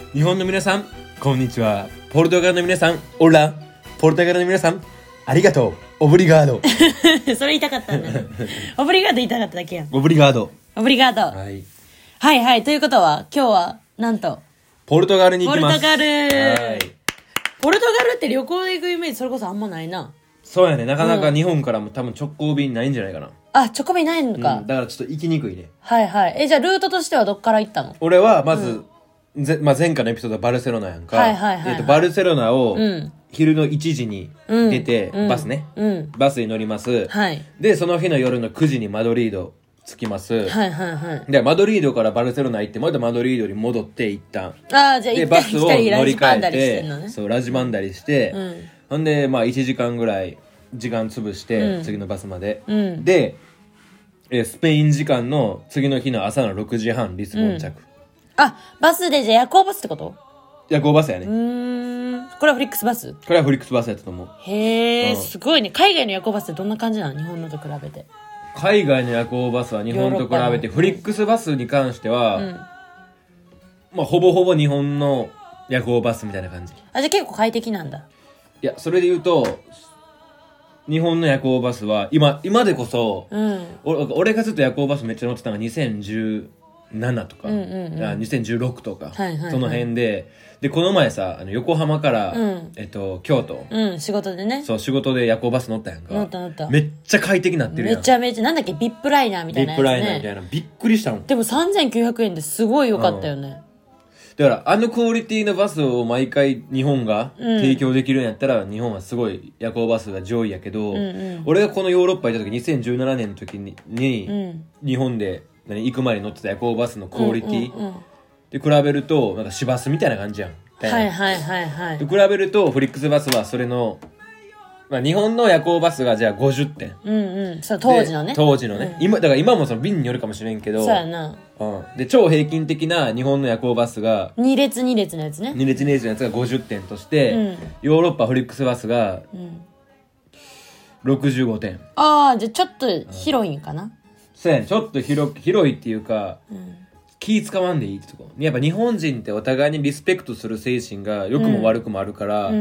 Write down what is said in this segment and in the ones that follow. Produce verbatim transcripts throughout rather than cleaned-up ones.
日本の皆さんこんにちは。ポルトガルの皆さんオラ。ポルトガルの皆さんありがとう。オブリガードそれ言いたかったんだねオブリガード言いたかっただけやん。 オブリガードオブリガード、 はい、 はいはい。ということは今日はなんとポルトガルに行きます。 ポルトガル。 はい、 ポルトガルって旅行で行くイメージそれこそあんまないな。 そうやね。なかなか日本からも多分直行便ないんじゃないかな。 あ、チョコビないのか、 うん、だからちょっと行きにくいね。 はいはい。え、じゃあルートとしてはどっから行ったの？ 俺はまず、うんぜまあ、前回のエピソードはバルセロナやんか、 はいはいはいはい、 えーと、バルセロナをうん昼のいちじに出て、 うん、 バスね、 うん、 バスに乗ります、 はい、 でその日の夜のくじにマドリード着きます、 はいはいはい。 でマドリードからバルセロナ行ってまたマドリードに戻って一旦ああ、じゃあで行ったりバスを乗来たりラり換えジパンダリしてて、 んのね。 そうラジバンダリして、 うん、 ほんでまあいちじかんぐらい時間潰して、 うん、 次のバスまで、 うん、 でえスペイン時間の次の日の朝のろくじはんリスボン着、うん、 あ、バスでじゃあ夜行バスってこと？ 夜行バスやね。 うーん、これはフリックスバス？ これはフリックスバスやったと思う。 へえ、 うん、 すごいね。海外の夜行バスってどんな感じなの？日本のと比べて。 海外の夜行バスは日本と比べてフリックスバスに関しては、うん、まあほぼほぼ日本の夜行バスみたいな感じ。 あ、じゃあ結構快適なんだ。 いや、それで言うと日本の夜行バスは今今でこそ、うん、俺がずっと夜行バスめっちゃ乗ってたのがにせんじゅうななとか、うんうんうん、にせんじゅうろくとか、はいはいはい、その辺ででこの前さあの横浜から、うんえっと、京都、 うん、仕事でね。 そう仕事で夜行バス乗ったやんか。 乗った乗った。 めっちゃ快適なってるやん。 めちゃめちゃなんだっけビップライナーみたいなやつね。 ビップライナーみたいなびっくりしたもん。 でもさんぜんきゅうひゃくえんですごい良かったよね、 うん、だからあのクオリティのバスを毎回日本が提供できるんやったら、うん、日本はすごい夜行バスが上位やけど、うんうん、俺がこのヨーロッパ行った時にせんじゅうななねんの時に、にうん、日本で何行く前に乗ってた夜行バスのクオリティ、うんうんうん、で比べるとなんか市バスみたいな感じやん。 はいはいはいはい。 で比べるとフリックスバスはそれの、まあ、日本の夜行バスがじゃあごじゅってん。 うんうん。そう当時のね。 当時のね、うん、今だから今もその便によるかもしれんけど。 そうやな。 うん。で超平均的な日本の夜行バスがに列に列のやつね。 に列に列のやつがごじゅってんとして、うん、ヨーロッパフリックスバスがろくじゅうごてん。 ああ、じゃあちょっと広いんかな。うん、 そうやね。ちょっと広広いっていうか。うん、気使わんでいいってとこ。やっぱ日本人ってお互いにリスペクトする精神が良くも悪くもあるから、うん、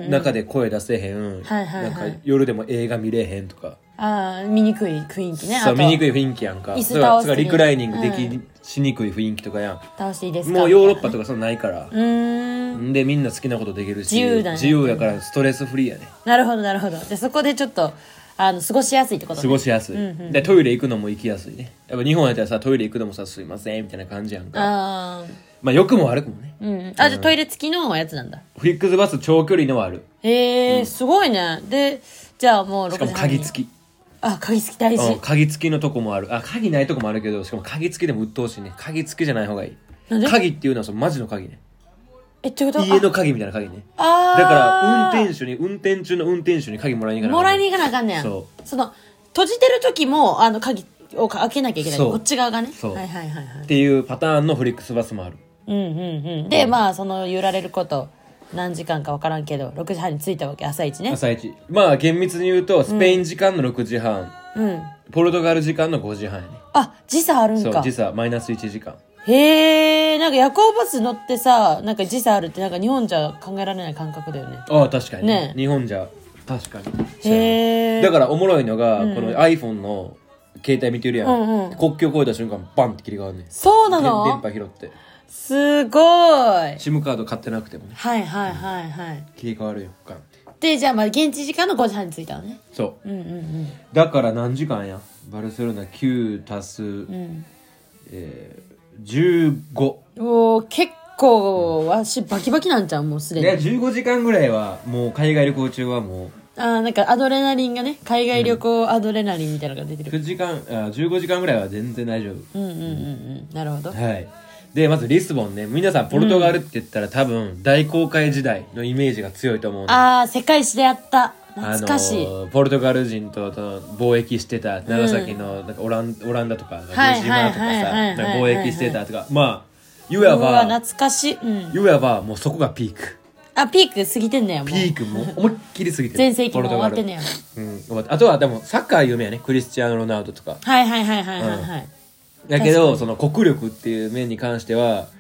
中で声出せへん、はいはいはい、なんか夜でも映画見れへんとか。 ああ、見にくい雰囲気ね。 そう、見にくい雰囲気やんか。 椅子倒して、 リクライニングでき、うん、しにくい雰囲気とかやん。 倒していいですか？ もうヨーロッパとかそんなないから。 うーん。 で、みんな好きなことできるし、 自由だね。 自由やからストレスフリーやね。 なるほどなるほど。じゃあそこでちょっと、あの過ごしやすいってことね。 過ごしやすい、うんうん、でトイレ行くのも行きやすいね。やっぱ日本やったらさトイレ行くのもさすいませんみたいな感じやんか。あまあ良くも悪くもね、 うん、あ、じゃあトイレ付きのやつなんだ。 フリックスバス長距離のはある。 へえ、うん、すごいね。でじゃあもうしかも鍵付き。 あ、鍵付き大事、 うん、鍵付きのとこもある。あ、鍵ないとこもあるけどしかも鍵付きでも鬱陶しいね。鍵付きじゃない方がいい。なんで？鍵っていうのはそのマジの鍵ね。 え、ってこと家の鍵みたいな鍵ね。あだから運転手に運転中の運転手に鍵もらいに行かなもらいに行かなあかんねん。そうその閉じてる時もあの鍵を開けなきゃいけない。こっち側がね。そう、はいはいはいはい、 っていうパターンのフリックスバスもある。 うんうんうん。で、うん、まあその揺られること何時間か分からんけどろくじはんに着いたわけ。朝一ね。 朝一。まあ厳密に言うとスペイン時間のろくじはん、うん、ポルトガル時間のごじはんやね。 あ、時差あるんか。 そう、時差マイナスいちじかん。 へえ、なんか夜行バス乗ってさなんか時差あるってなんか日本じゃ考えられない感覚だよね。 ああ確かにね。日本じゃ確かに。 へえ。 だからおもろいのが、うん、この iPhone の携帯見てるやん、うんうん、国境越えた瞬間バンって切り替わるねん。 そうなの？ 電波拾ってすごい。 SIM カード買ってなくてもね。 はいはいはいはい、うん、 切り替わるよガンって。 でじゃあまあ現地時間のごじはんに着いたのね。 そう、 うんうんうん、 だから何時間やバルセロナきゅう足す、うんえー、じゅうご。 おー結構わしバキバキなんちゃうもうすでに。 いやじゅうごじかんぐらいはもう海外旅行中はもうあなんかアドレナリンがね海外旅行アドレナリンみたいなのが出てる、 うん、くじかんあじゅうごじかんぐらいは全然大丈夫。 うんうんうんうんなるほど。 はいでまずリスボンね。皆さんポルトガルって言ったら、うん、多分大航海時代のイメージが強いと思う。 ああ世界史であった懐かしい、あのー、ポルトガル人とと貿易してた長崎のなんかオラン、オランダとか出島とかさ貿易してたとかまあいわば懐かしい、うん、 いわばもうそこがピーク。 あピーク過ぎてんねやもう。 ピークも思いっきり過ぎてる。 全盛期も終わってんねや、 うん、あとはでもサッカー有名やね。クリスチアーノ・ロナウドとか。 はいはいはいはいはい、はい、 だけどその国力っていう面に関しては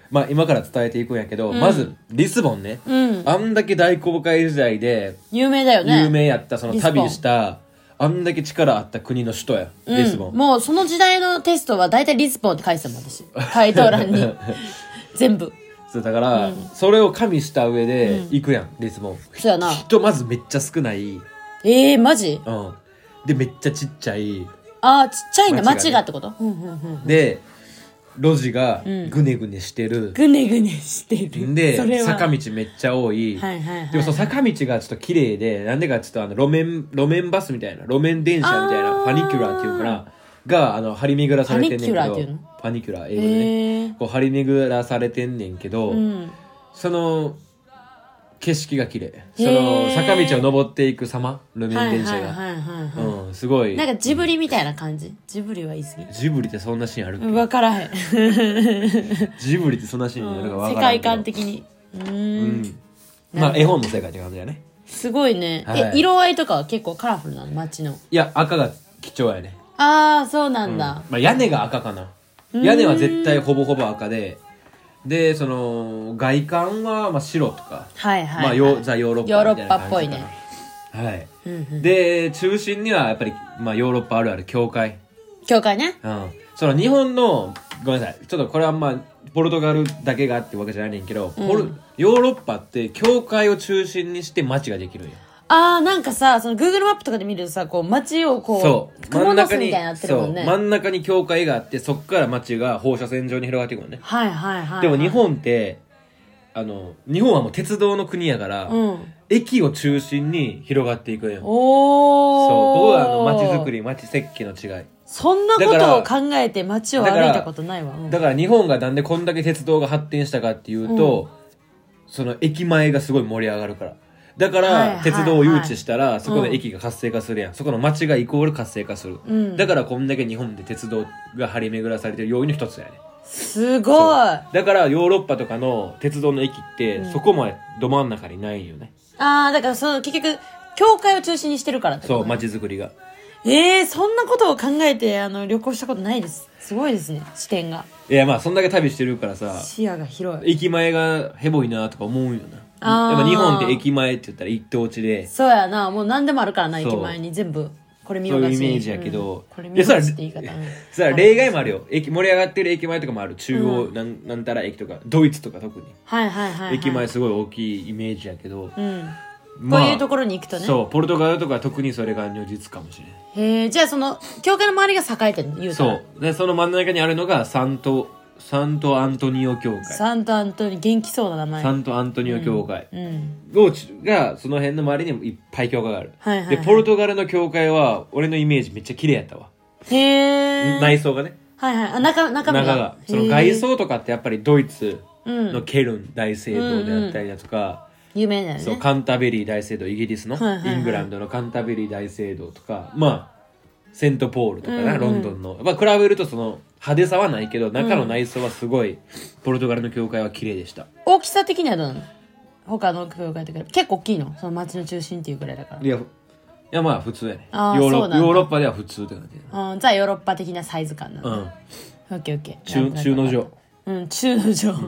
まあ今から伝えていくんやけど、うん、まずリスボンね、うん、あんだけ大航海時代で有名だよね。 有名やったその旅したあんだけ力あった国の首都や、うん、リスボン。 もうその時代のテストは大体リスボンって書いてたもん私回答欄に全部そうだから、うん、それを加味した上で行くやん、うん、リスボン。 そうやな。 人まずめっちゃ少ない。 えー、マジ？ うんでめっちゃちっちゃい。 あーちっちゃいんだ街がってこと、うんうんうん、 で路地がぐねぐねしてる、 うん、ぐねぐねしてるで坂道めっちゃ多い、はいはいはいはい、でもその坂道がちょっと綺麗でなんでかちょっとあの路面路面バスみたいな路面電車みたいなファニキュラーっていうかながあの張り巡らされてんねんけど、ファニキュラー英語でねこう張り巡らされてんねんけど、うん、その景色が綺麗。その坂道を登っていく様路面電車がうんすごいなんかジブリみたいな感じ。ジブリは言い過ぎ。 ジブリってそんなシーンあるっけ？ 分からへんジブリってそんなシーンあるか分からんけど、 世界観的にうーん、うん、 まあ絵本の世界って感じだね。 すごいね、はい、え色合いとかは結構カラフルなの街の。 いや赤が貴重やね。 ああそうなんだ、 うんまあ、屋根が赤かな。屋根は絶対ほぼほぼ赤ででその外観はまあ白とか、 はいはい、 はいまあ、ザ・ヨーロッパみたいな感じヨーロッパっぽいね。 はい、うんうん、で中心にはやっぱり、まあ、ヨーロッパあるある教会教会ね、 うん、その日本のごめんなさいちょっとこれはまあポルトガルだけがってわけじゃないねんけど、うん、ポルヨーロッパって教会を中心にして街ができるんよ。 あーなんかさその Google マップとかで見るとさこう街をこうそう雲の巣みたいになってるもんね。 真ん中に教会があってそっから街が放射線状に広がっていくのね。 はいはいはい、はい、 でも日本ってあの日本はもう鉄道の国やから、うん、駅を中心に広がっていくよ。おそうここがあの街づくり街設計の違い。 そんなことを考えて街を歩いたことないわ。だから、 うん、だから日本がなんでこんだけ鉄道が発展したかっていうと、うん、その駅前がすごい盛り上がるから。だから、はいはいはい、鉄道を誘致したらそこで駅が活性化するやん、うん、そこの街がイコール活性化する、うん、だからこんだけ日本で鉄道が張り巡らされてる要因の一つやね。 すごい。 だからヨーロッパとかの鉄道の駅って、うん、そこまでど真ん中にないよね。 ああだからその結局教会を中心にしてるからってこと、ね、 そう街づくりが。 えー、そんなことを考えてあの旅行したことないです。すごいですね視点が。 いやまあそんだけ旅してるからさ視野が広い。 駅前がヘボいなとか思うよな。やっぱ日本って駅前って言ったら一等地でそうやなもう何でもあるからな駅前に全部これ見逃しそういうイメージやけど、うん、 これ見逃しって言い方それは例外もあるよ。駅盛り上がってる駅前とかもある中央、うん、なんなんたら駅とかドイツとか特にはいはいはい、はい、 駅前すごい大きいイメージやけど、 うんまあ、こういうところに行くとねそうポルトガルとか特にそれが如実かもしれない。 へえじゃあその教会の周りが栄えてるの言うたらそうでその真ん中にあるのがサントサントアントニオ教会。 サントアントニオ元気そうな名前。 サントアントニオ教会、 うんうん、 がその辺の周りにもいっぱい教会がある、はいはいはい、でポルトガルの教会は俺のイメージめっちゃ綺麗やったわ。 へえ内装がねはいはいあ中中身が中がその外装とかってやっぱりドイツのケルン大聖堂であったりだとか、うんうん有名だよね。 そうカンタベリー大聖堂イギリスの、はいはいはい、イングランドのカンタベリー大聖堂とかまあセントポールとかな、うんうん、ロンドンの、まあ、比べるとその派手さはないけど中の内装はすごい、うん、ポルトガルの教会は綺麗でした。 大きさ的にはどうなの他の教会とか結構大きいのその街の中心っていうくらいだから。 いやいやまあ普通やね。ヨーロ、ヨーロッパでは普通って感じ、 うん、ザ・ヨーロッパ的なサイズ感なの、うん、オッケーオッケー中中の城うん中の城、うん、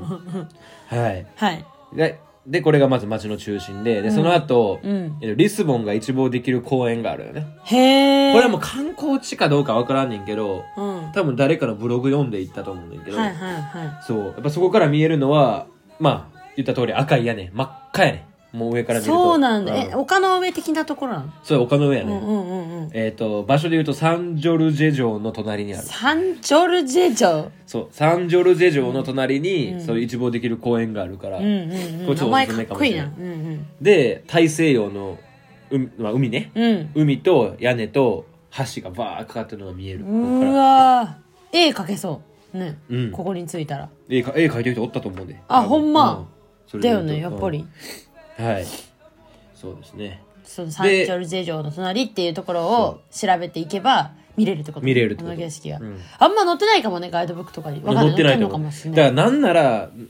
はいはいででこれがまず街の中心で、でその後、うん、リスボンが一望できる公園があるよね。 へー。 これはもう観光地かどうかわからんねんけど、うん、多分誰かのブログ読んでいったと思うねんけど、 はいはいはい、 そうやっぱそこから見えるのはまあ言った通り赤い屋根真っ赤やねん。もう上から見るとそうなんだ、うん、え丘の上的なところなの。 そう丘の上やね、 うんうんうんうん、 えっ、ー、と場所で言うとサンジョルジェ城の隣にある。 サンジョルジェ城そうサンジョルジェ城の隣に、うん、そういう一望できる公園があるから、うんうんうん、これちょっとおすすめかもしれない。うんうん、で大西洋の海、まあ、海ね、うん、海と屋根と橋がバーかかってるのが見える。 うわ絵描けそうね、うん、ここに着いたら絵描いてる人おったと思うで。 あほんま、うん、だよねやっぱり、 うん、はいそうですね。 そのサンジョルジェ城の隣っていうところを調べていけば見れるってこと。 見れるってこと。この景色が、 うん、 あんま載ってないかもねガイドブックとかに。 分かんない載ってないのかもしれない。だからなんなら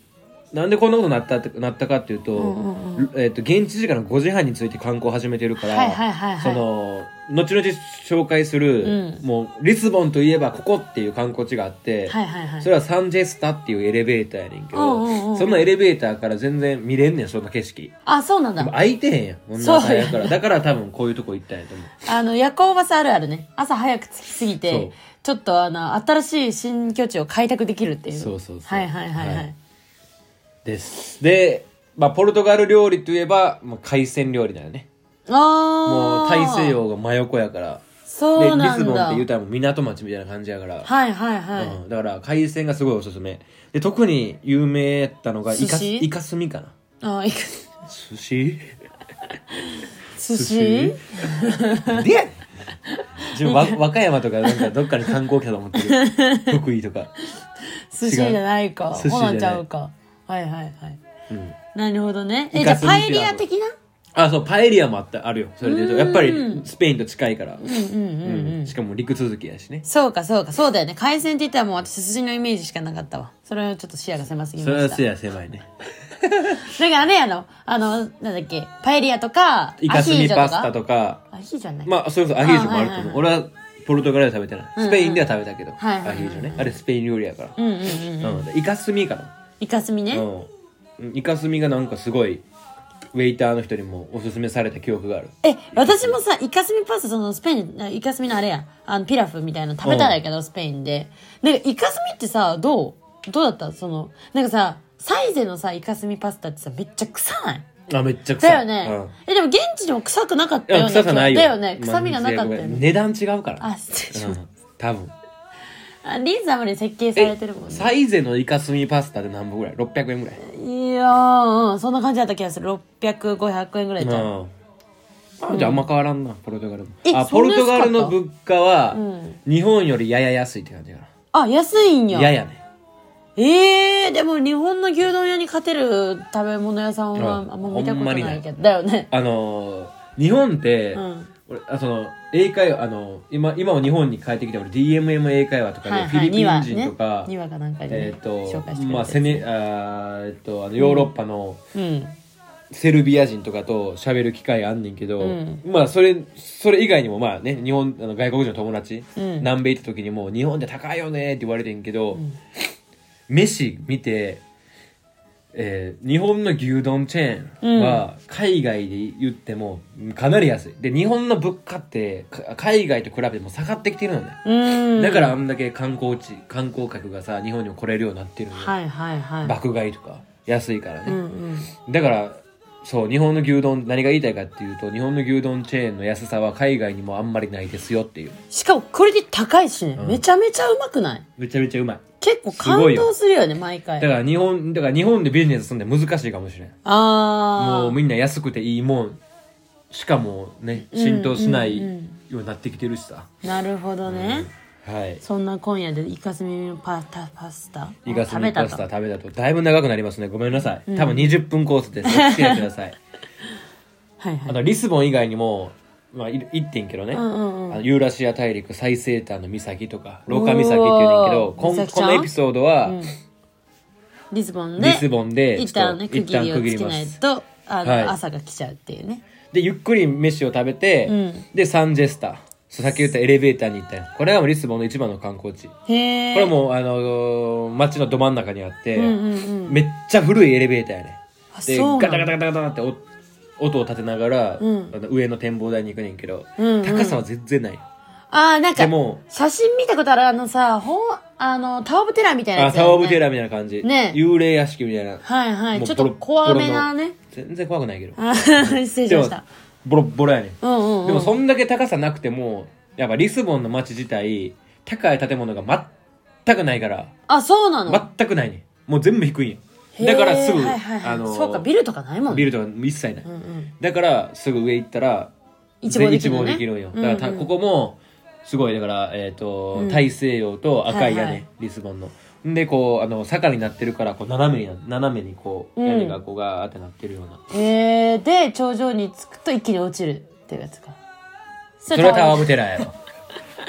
なんでこんなことになったってなったかっていうと、うんうんうん、えー、と現地時間のごじはんについて観光を始めてるから、はいはいはいはい、その後々紹介する、うん、もうリスボンといえばここっていう観光地があって、はいはいはい、それはサンジェスタっていうエレベーターやねんけど、うんうんうん、そのエレベーターから全然見れんねん、そんな景色。 あ、そうなんだ。 でも空いてへんやん、こんな朝やから。だから多分こういうとこ行ったんやと思う。 あの夜行バスあるあるね。朝早く着きすぎてちょっとあの新しい新居地を開拓できるっていう。 そうそうそう。 はいはいはいはい。はい、 です。で、まあポルトガル料理といえば、まあ、海鮮料理だよね。あもう大西洋が真横やから。 そうなんだ。 でリスボンって言うたらもう港町みたいな感じやから。 はいはいはい。 うん、だから海鮮がすごいおすすめ。で特に有名やったのがイカイカスミかな。 あイカ。 寿司。 寿司。 で。自分和和歌山とかなんかどっかに観光客だと思ってる。福井とか。 寿司じゃないか。 寿司じゃない。 ちゃうか。はいはいはい。 うん、 なるほどね。えじゃあパエリア的な？ あ、そう、パエリアもあった、あるよ。それで言うと、やっぱりスペインと近いから。うんうんうんうん。 しかも陸続きやしね。 そうかそうか、そうだよね。海鮮って言ったらもう私寿司のイメージしかなかったわ。それはちょっと視野が狭すぎました。 それは視野狭いね。 だからね、あの、あの、なんだっけ、パエリアとか、 イカスミパスタとか。 アヒージョない。 まあ、それこそアヒージョもあると思う。俺はポルトガルで食べてない。スペインでは食べたけど、アヒージョね。あれスペイン料理やから。うんうんうん。イカスミかな。 イカスミね。 うん。イカスミがなんかすごい、ウェイターの人にもおすすめされた記憶がある。 え、私もさ、イカスミパスタ、そのスペイン、イカスミのあれや、あのピラフみたいなの食べたんやけど、うん、スペインで。なんかイカスミってさ、どうどうだったその、なんかさ、サイゼのさ、イカスミパスタってさ、めっちゃ臭ない？ あ、めっちゃ臭い。 だよね。うん、え、でも現地でも臭くなかったよね。 臭さないよ。 だよね。臭みがなかったよね。 値段違うから。 あ、失礼しました。 うん、多分。 リーズナブルに設計されてるもんね。 サイゼのイカスミパスタで何本ぐらい ?ろっぴゃくえんぐらい。 いやー、うん、そんな感じだった気がする。ろっぴゃく、ごひゃくえんぐらいじゃん。 あ、じゃああんま変わらんな、ポルトガルも。あ、ポルトガルの物価は、日本よりやや安いって感じかな。 あ、安いんや。 ややね。 ええー、でも日本の牛丼屋に勝てる食べ物屋さんはあんま見たことないけど。だよね。 あのー、日本って、うん俺あその英会話あの今今も日本に帰ってきて俺 ディーエムエム 英会話とかで、はいはい、フィリピン人とか、 にわかなんかで、ね、 えっ、ー、とまあセネあえっ、ー、とあのヨーロッパの、うん、セルビア人とかと喋る機会あんねんけど、うん、まあそれそれ以外にもまあね日本あの外国人の友達、うん、南米行った時にも日本で高いよねって言われてんけど、うん、飯見て。えー、日本の牛丼チェーンは海外で言ってもかなり安いで日本の物価って海外と比べても下がってきてるのねうんだからあんだけ観光地観光客がさ日本にも来れるようになってるの、 はいはいはい、 爆買いとか安いからね、 うんうん、 だからそう日本の牛丼何が言いたいかっていうと日本の牛丼チェーンの安さは海外にもあんまりないですよっていうしかもクオリティ高いしね、うん、めちゃめちゃうまくないめちゃめちゃうまい結構感動するよね毎回だから日本だから日本でビジネスするんで難しいかもしれんあもうみんな安くていいもんしかもね浸透しないようになってきてるしさ、 うんうんうん、なるほどね、 うん、はいそんな今夜でイカスミパスタパスタイカスミパスタ食べたとだいぶ長くなりますねごめんなさい、うん、多分にじゅっぷんコースですお付き合いくださいはい、はい、あとリスボン以外にもまあ、行ってんけどね、うんうんうん、あのユーラシア大陸最西端の岬とかローカ岬って言うねんけどこんこのエピソードは、うん、 リスボンでリスボンで一旦ね区切りをつけないとあの、はい、朝が来ちゃうっていうねでゆっくり飯を食べて、うん、でサンジェスタさっき言ったエレベーターに行ったよこれはもうリスボンの一番の観光地へこれはもうあの街のど真ん中にあって、うんうんうん、めっちゃ古いエレベーターやねでガタガタガタガタってお音を立てながら、うん、あの上の展望台に行くねんけど、うんうん、高さは全然ない。 あーなんか写真見たことあるあのさほあのタワーオブテラーみたいなやつ、 ね、あタワーオブテラーみたいな感じ、ね、幽霊屋敷みたいなはいはいちょっと怖めなね全然怖くないけど失礼しましたボロボロやねん、うんうんうん、でもそんだけ高さなくてもやっぱリスボンの街自体高い建物が全くないからあそうなの全くないねんもう全部低いんやだからすぐ、 はいはいはい、あのそうかビルとかないもんねビルとか一切ない、うんうん、だからすぐ上行ったら一望できる、ね、 一望できるんよだから、うんうん、ここもすごいだから、えーとうん、大西洋と赤い屋根、はいはい、リスボンのでこうあの坂になってるからこう斜めに斜めにこう、うん、屋根がこうガーってなってるようなへえー、で頂上に着くと一気に落ちるっていうやつかそれはタワーオブテラーやろ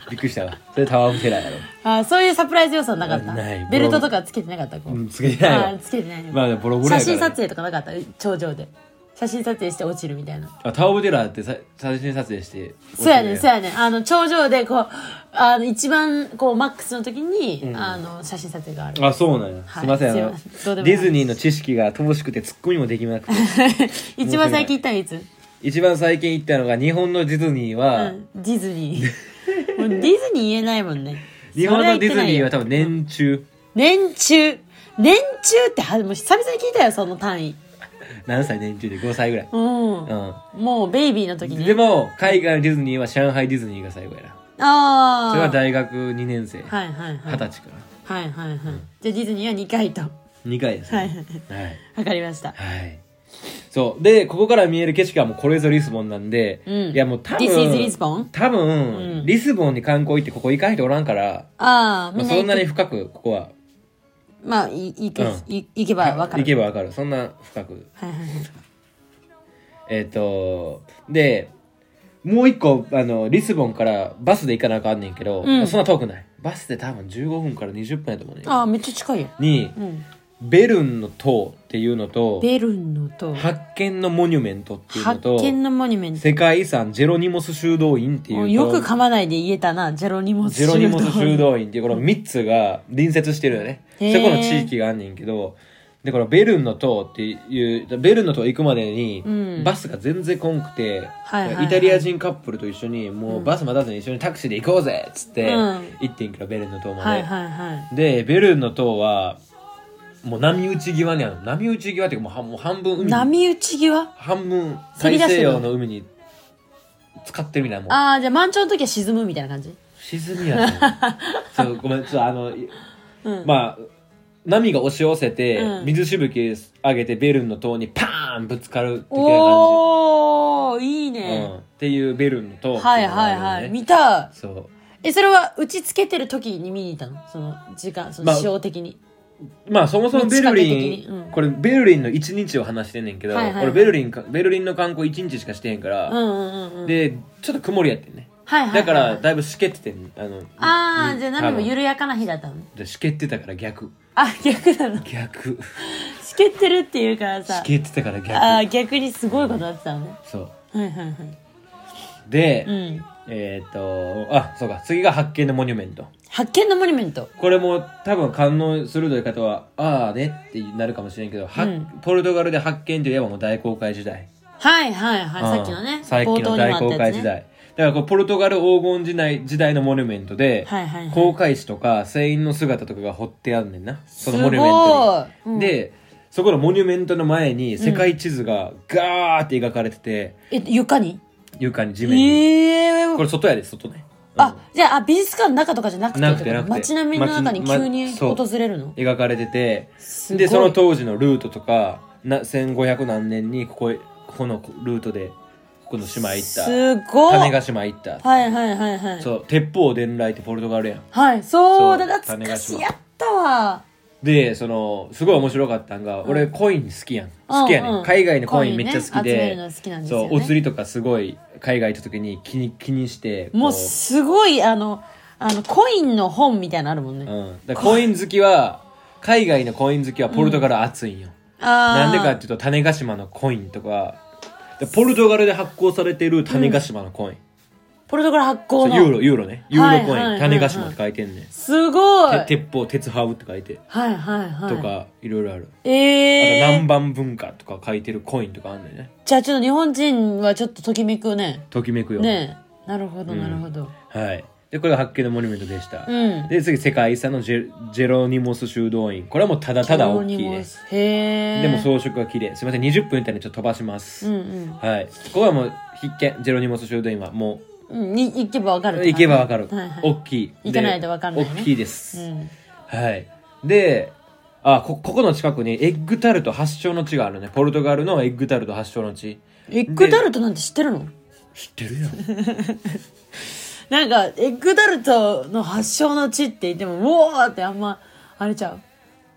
びっくりしたわ。それタワーオブテラーやろ。 あ、そういうサプライズ要素はなかった。 ないベルトとかつけてなかった子。 うん、つけてないわ。 あ、つけてない。 まあボロボロやから、ね、 写真撮影とかなかった。頂上で写真撮影して落ちるみたいな。 あ、タワーオブテラーってさ写真撮影してそうやねんそうやねん。あの頂上でこうあの一番こうマックスの時に、うん、あの写真撮影がある。 あ、そうなんや、はい、すいません、あのディズニーの知識が乏しくてツッコミもできなくて一番最近行ったのいつ？ 一番最近行ったのが日本のディズニーは、うん、 ディズニーもうディズニー言えないもんね。 日本のディズニーは多分年中年中年中ってはもう久々に聞いたよその単位。 何歳年中でごさいぐらい、 うんうん、もうベイビーの時ね。 でも海外のディズニーは上海ディズニーが最後やな。 ああ、 それは大学にねん生、 はいはいはい、 はたちからはいはいはい、うん、じゃあディズニーはにかいとにかいですね。 はいはいはい、わかりました。 はい。そうでここから見える景色はもうこれぞリスボンなんで、うん、いやもう多分 This is リスボン多分、うん、リスボンに観光行ってここ行かない人おらんから、 あ、 まあ、そんなに深くここはまあいいけ、うん、い行けばわかる。 行けばわかる。そんな深く。 はいはいはい。 えっ、ー、とでもう一個あのリスボンからバスで行かなあかんねんけど、うん、そんな遠くない。バスで多分じゅうごふんからにじゅっぷんやと思うね。 ああめっちゃ近いよ。 に、うん、ベルンの塔っていうのとベルンの塔発見のモニュメントっていうのと発見のモニュメント世界遺産ジェロニモス修道院っていう、 よく噛まないで言えたな。ジェロニモス修道院ジェロニモス修道院っていうこのみっつが隣接してるよね。そこの地域があんねんけど、でこのベルンの塔っていうベルンの塔行くまでに、うん、バスが全然来んくて、はいはいはい、イタリア人カップルと一緒にもうバス待たずに一緒にタクシーで行こうぜっつって、うん、行ってんけどベルンの塔まで、 はいはいはい、 でベルンの塔はもう波打ち際にある。波打ち際っていうかもうもう半分海波打ち際半分大西洋の海に使ってるみたいなもん。 ああじゃあ満潮の時は沈むみたいな感じ。 沈みやねそうごめんちょっとあの、うん、まあ波が押し寄せて、うん、水しぶき上げてベルンの塔にパーンぶつかる的な感じ。 おーいいね、 うん、っていうベルンの塔、ね、 はいはいはい見た。 そうえそれは打ちつけてる時に見に行ったの？その時間その潮的に、 まあ、まあそもそもベルリン、うん、これベルリンのいちにちを話してんねんけど、はいはいはい、俺ベルリンベルリンの観光いちにちしかしてへんから、 うんうんうん、でちょっと曇りやってんね。 はいはいはい、 だからだいぶしけっててん。あのあーじゃあ波も緩やかな日だったの。 でしけってたから逆。 あ逆なの。 逆しけってるっていうからさしけってたから逆。 あ逆にすごいことなってたのね、 うん、そうはいはいはい。 で、 うん、 えっ、ー、とあそうか次が発見のモニュメント。 発見のモニュメントこれも多分感応鋭い方はああねってなるかもしれんけど、うん、ポルトガルで発見といえばもう大航海時代。 はいはいはい、うん、さっきのねさっきの大航海時代、ね、だからこうポルトガル黄金時代時代のモニュメントで、はいはいはい、航海士とか船員の姿とかが彫ってあるねんな、そのモニュメントに、うん、でそこのモニュメントの前に世界地図がガーって描かれてて、 うん、え床に床に地面に、 えー、 これ外やで外ね、 うん、あじゃあ美術館の中とかじゃなくてなくてなくて街並みの中に急に訪れるの、 描かれてて、でその当時のルートとかなせんごひゃくなんねんにここここのルートでここの島行った、 すごい種子島行った、 はいはいはいはい、 そう鉄砲伝来ってポルトガルやん、 はいそうだ懐かしいやったわ。 でそのすごい面白かったんが、うん、俺コイン好きやん好きやねん、うんうん、海外のコインめっちゃ好きで、 集めるの好きなんですよね、 そうお釣りとかすごい海外行った時に気に気にしてもうすごいあのあのコインの本みたいなのあるもんね、 うん、だコイン好きは海外のコイン好きはポルトガル熱いんよ、うん、なんでかっていうと種子島のコインとかポルトガルで発行されてる種子島のコイン、うん、 ポルトガル発行のユーロユーロねユーロコイン、はいはいはいはい、種子島って書いてんねん、 すごい鉄砲鉄ハウって書いて、 はいはいはい、 とかいろいろある、 えー、 あと南蛮文化とか書いてるコインとかあんねんね。 じゃあちょっと日本人はちょっとときめくね。 ときめくよね。なるほどなるほど、 うん、はい。でこれが発見のモニュメントでした、 うん、 で次世界遺産のジ ェ, ジェロニモス修道院、これはもうただただ大きいね。 へー。 でも装飾が綺麗。すみませんにじゅっぷんいったらちょっと飛ばします、 うんうん、 はい。ここはもう必見。ジェロニモス修道院はもう、うん、に行けばわかる、 行けばわかる、 はいはい、 大きい。 行かないとわかんない、ね、 大きいです、 うん、 はいであ こ, ここの近くにエッグタルト発祥の地があるね。ポルトガルのエッグタルト発祥の地。 エッグタルトなんて知ってるの？ 知ってるよなんかエッグタルトの発祥の地って言ってもうおーってあんまあれちゃう。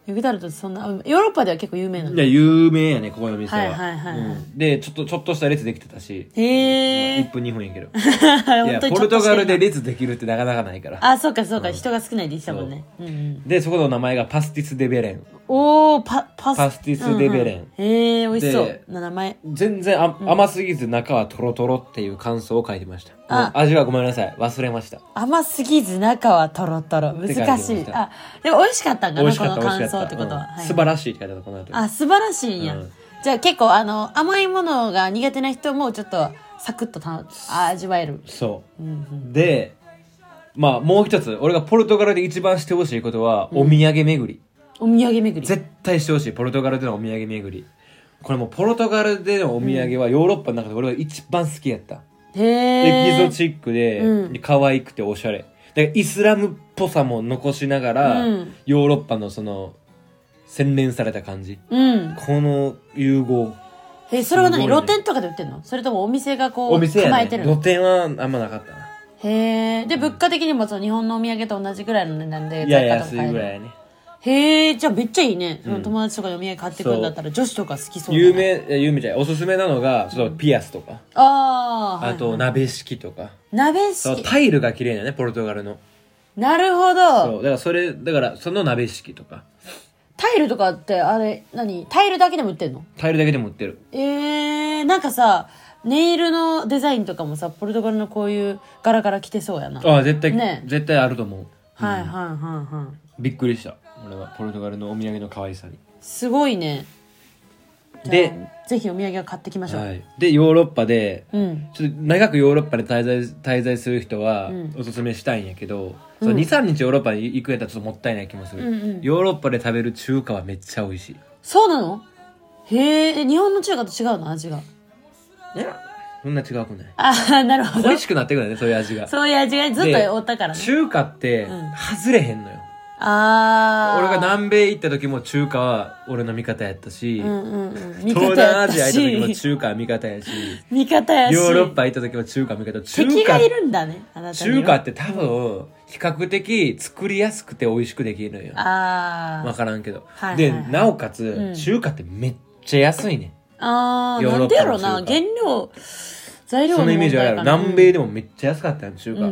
エグタルトってそんなヨーロッパでは結構有名なの？ いや有名やねここの店は、 はいはいはいはいうん、でちょっとちょっとした列できてたし、 へえ、 まあ、いっぷんにふんやけどいいやポルトガルで列できるってなかなかないから。 あ、そうかそうか、 うん、 人が少ないって言ってたもんね、うんうん、 でそこの名前がパスティス・デ・ベレン。 おー、パパスパスティス・デ・ベレン、うんうん、 へえ、美味しそうな名前。 全然あ、うん、甘すぎず中はトロトロっていう感想を書いてました。あ、味はごめんなさい忘れました。 甘すぎず中はトロトロ、難しい。あ、でも美味しかったんかな、この感想ってことは、うんはい、 素晴らしいって書いてあったこの後。 あ、素晴らしいんや、うん、じゃあ結構あの甘いものが苦手な人もちょっとサクッとた味わえる。 そう、 うんうん、でまあもう一つ俺がポルトガルで一番してほしいことは、うん、お土産巡り。 お土産巡り絶対してほしい。ポルトガルでのお土産巡り。これもうポルトガルでのお土産はヨーロッパの中で俺が一番好きやった、 うん、へエキゾチックで、うん、可愛くておしゃれだからイスラムっぽさも残しながら、うん、ヨーロッパのその洗練された感じ、 うん、 この融合。 え、それは何、露店とかで売ってんの？それともお店がこうお店や、ね、 構えてるの？ 露店はあんまなかったな。 へえ。で物価的にもその日本のお土産と同じぐらいの値段でいや安いぐらいやね。 へえ、じゃあめっちゃいいね、うん、友達とかでお土産買ってくるんだったら女子とか好きそうだね。有名有名じゃないおすすめなのがそのピアスとか、うん、 ああと鍋敷きとか。 鍋敷き、 タイルが綺麗だねポルトガルの。 なるほど。 そうだからそれだからその鍋敷きとか。 タイルとかってあれ何、タイルだけでも売ってんの？ タイルだけでも売ってる。 えー、なんかさネイルのデザインとかもさポルトガルのこういう柄から着てそうやな。 ああ絶対、ね、絶対あると思う、うん、 はいはいはいはい。 びっくりした俺はポルトガルのお土産の可愛さに。 すごいね。でぜひお土産を買ってきましょう、 はい、でヨーロッパで、 うん、 ちょっと長くヨーロッパで滞在滞在する人はおすすめしたいんやけど、うん、そのにさんにちヨーロッパに行くやったらちょっともったいない気もする、うんうん、ヨーロッパで食べる中華はめっちゃ美味しい。 そうなの？へえ、日本の中華と違うの味が？ いやそんな違くない。 ああ、なるほど。 美味しくなってくるねそういう味が。 そういう味がずっとおったからね。 中華って外れへんのよ、うん、 あ俺が南米行った時も中華は俺の味方やったし、 うんうんうん、 東南アジア行った時も中華は味方やし味方やしヨーロッパ行った時も中華は味方。中華敵がいるんだねあなたには。 中華って多分比較的作りやすくて美味しくできるのよ。 あ分からんけど、 はいはいはい、 でなおかつ、うん、中華ってめっちゃ安いね。 ああ、なんでやろな、原料材料のそのイメージある。南米でもめっちゃ安かったよ中華、 うんうんうん、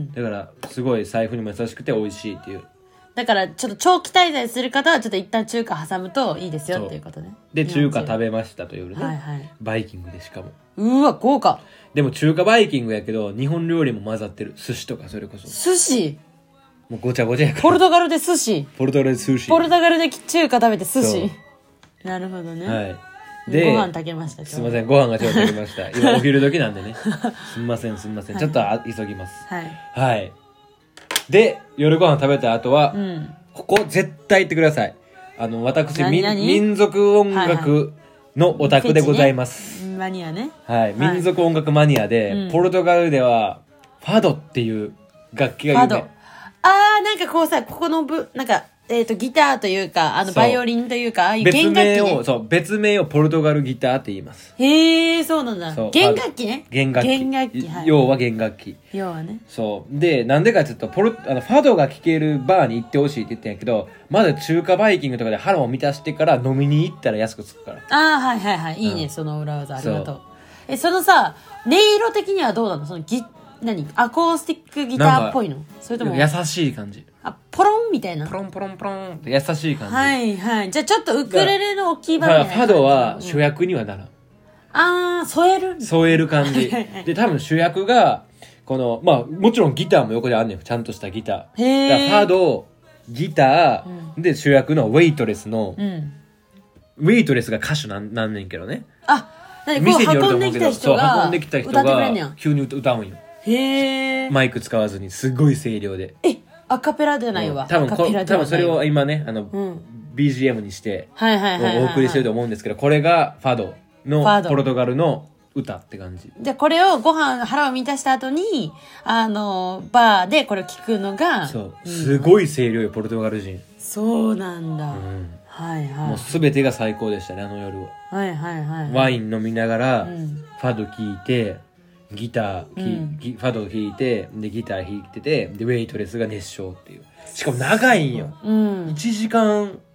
だからすごい財布にも優しくて美味しいっていう。 だからちょっと長期滞在する方はちょっと一旦中華挟むといいですよっていうことね。 で中華食べましたと夜ね、 はいはい、 バイキングでしかもうわ豪華。 でも中華バイキングやけど日本料理も混ざってる。寿司とかそれこそ寿司もうごちゃごちゃやから。 ポルトガルで寿司ポルトガルで寿司ポルトガルで中華食べて寿司なるほどね。 はいでご飯炊けました。 すみませんご飯がちょっと炊けました今お昼時なんでねすみませんすみません、はい、ちょっとあ急ぎます。 はい、 はい、で夜ご飯食べた後は、うん、ここ絶対行ってください。あの私民族音楽のオタクでございます、 はいはい、マニアね。 はい、民族音楽マニアで、うん、ポルトガルではファドっていう楽器が有名。 あーなんかこうさここの部なんかえー、とギターというかあのバイオリンというかああいう弦楽器、ね、 別名をそう別名をポルトガルギターって言います。 へえそうなんだ。弦楽器ね。 弦楽器弦楽器、はい、 要は弦楽器要はね。 そうでなんでかっていうとポルあのファドが聴けるバーに行ってほしいって言ってんやけどまだ中華バイキングとかで腹を満たしてから飲みに行ったら安くつくから。 ああはいはいはいいいね、うん、その裏技ありがとう。えそのさ音色的にはどうなの？そのギ何アコースティックギターっぽいの？それとも優しい感じ。 あポロンみたいな。 ポロンポロンポロンって優しい感じ。 はいはい。じゃあちょっとウクレレの大きい場面。 ファドは主役にはならん、うん、 ああ添える添える感じで多分主役がこのまあもちろんギターも横であんねんちゃんとしたギター。 へえ。 ファドギター、うん、で主役のウェイトレスの、うん、ウェイトレスが歌手なんなんねんけどね。 あ何店によると思うけどそう運んできた人が急に歌うんよ。 へえ。 マイク使わずにすごい声量で。 えアカペラではないわ。 多分こ多分それを今ねあの、うん、ビージーエム にしてお送りしてると思うんですけどこれがファドのポルトガルの歌って感じ。 じゃあこれをご飯腹を満たした後にあのバーでこれを聞くのがそう、すごい声量よポルトガル人。 そうなんだ、 うん、 はいはい。 もう全てが最高でしたねあの夜は。 はいはいはい、はい、 ワイン飲みながら、うん、ファド聴いてギター、うん、ファド弾いてでギター弾いててでウェイトレスが熱唱っていう。しかも長いんよ、 うん、 いちじかん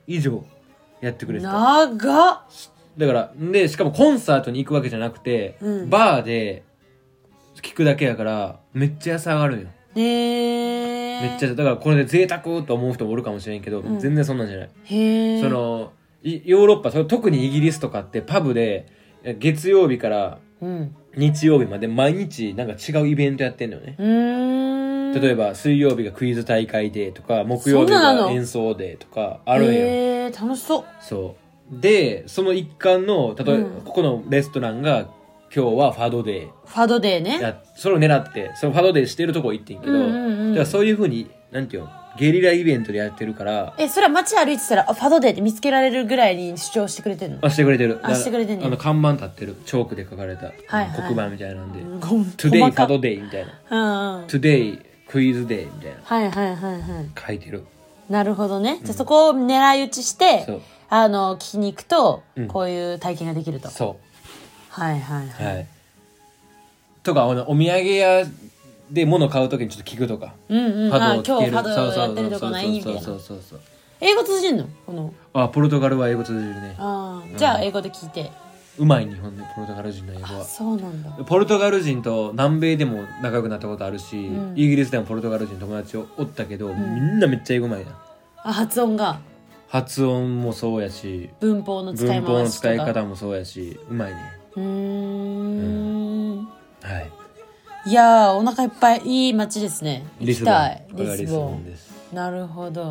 以上やってくれてた。 長っ。 だからでしかもコンサートに行くわけじゃなくて、 うん、 バーで聞くだけやからめっちゃ安上がるんよ。 へー。 めっちゃだからこれで贅沢と思う人もおるかもしれんけど、うん、全然そんなんじゃない。 へー。 そのヨーロッパ、その特にイギリスとかってパブで月曜日から日曜日まで毎日なんか違うイベントやってんのよね。うーん、例えば水曜日がクイズ大会デーとか木曜日が演奏デーとかあるんよ。 へー、楽しそう。 そうでその一環の例えば、うん、ここのレストランが今日はファドデー、 ファドデーね、 やそれを狙ってそのファドデーしてるとこ行ってんけど、うんうんうん、じゃあそういう風になんていうのゲリライベントでやってるから。 え、それは街歩いてたら、あ、ファドデーって見つけられるぐらいに主張してくれてるの？ あ、してくれてる。 あ、してくれてんね。 あの、看板立ってる。チョークで書かれた。はいはい、黒板みたいなんで。 うん、 Today ファドデーみたいな。 うんうん、 Today クイズデーみたいな。 はいはいはいはい。 書いてる。 なるほどね。じゃあそこを狙い撃ちして、うん、あの、聞きに行くと、こういう体験ができると。 うん、そう。 はいはいはい。はい、 とか、お土産屋、で物買うときにちょっと聞くとか、 うんうん、あ今日ファドやってるとこないみたいな。そうそうそう。英語通じんのこの？ あ、ポルトガルは英語通じるね。 あ、うん、じゃあ英語で聞いて。 うまい日本でポルトガル人の英語は。 あ、そうなんだ。 ポルトガル人と南米でも仲良くなったことあるし、うん、イギリスでもポルトガル人友達おったけど、うん、みんなめっちゃ英語うまいな。あ、 発音が。 発音もそうやし、 文法の使い回しとか。 文法の使い方もそうやし、うまいね。 うーん、うん、 はい。 いやー、お腹いっぱいいい街ですね。行きたい。 リスボンです。 なるほど。 はい。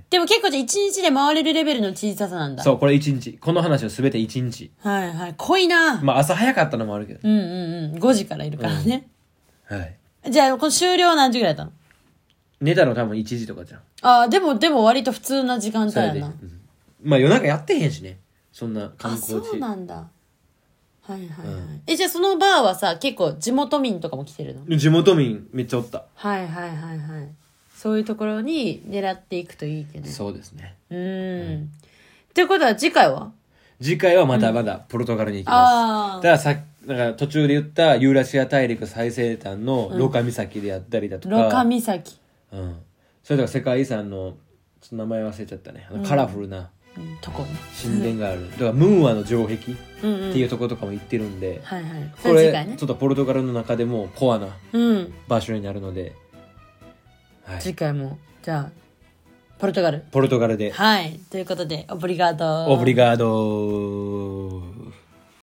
でも結構じゃあ一日で回れるレベルの小ささなんだ。 そう、これ一日。この話はすべて一日。 はいはい。濃いな。 まあ朝早かったのもあるけど。 うんうんうん。ごじからいるからね。 うん、はい。 じゃあこの終了何時ぐらいだったの？ 寝たの多分いちじとかじゃん。 ああ、でもでも割と普通な時間帯やな。うん、 まあ夜中やってへんしね。そんな観光地。 あ、そうなんだ。はいはいはい、うん、え、じゃあそのバーはさ結構地元民とかも来てるの？ 地元民めっちゃおった。 はいはいはいはい。そういうところに狙っていくといいけど。 そうですね。 うん、うん、ってことは次回は次回はまだまだポルトガルに行きます、うん、だからさだから途中で言ったユーラシア大陸最西端のロカ岬であったりだとか、 うん、ロカ岬、 うん、それとか世界遺産のちょっと名前忘れちゃったね、あのカラフルな、うんうん、とこね、 神殿がある。だからムーアの城壁っていうところとかも行ってるんで、うんうん、 はいはい、 これ、ね、ちょっとポルトガルの中でもコアな場所になるので、 うん、はい、次回もじゃあポルトガルポルトガルで、 はい、ということでオブリガードオブリガード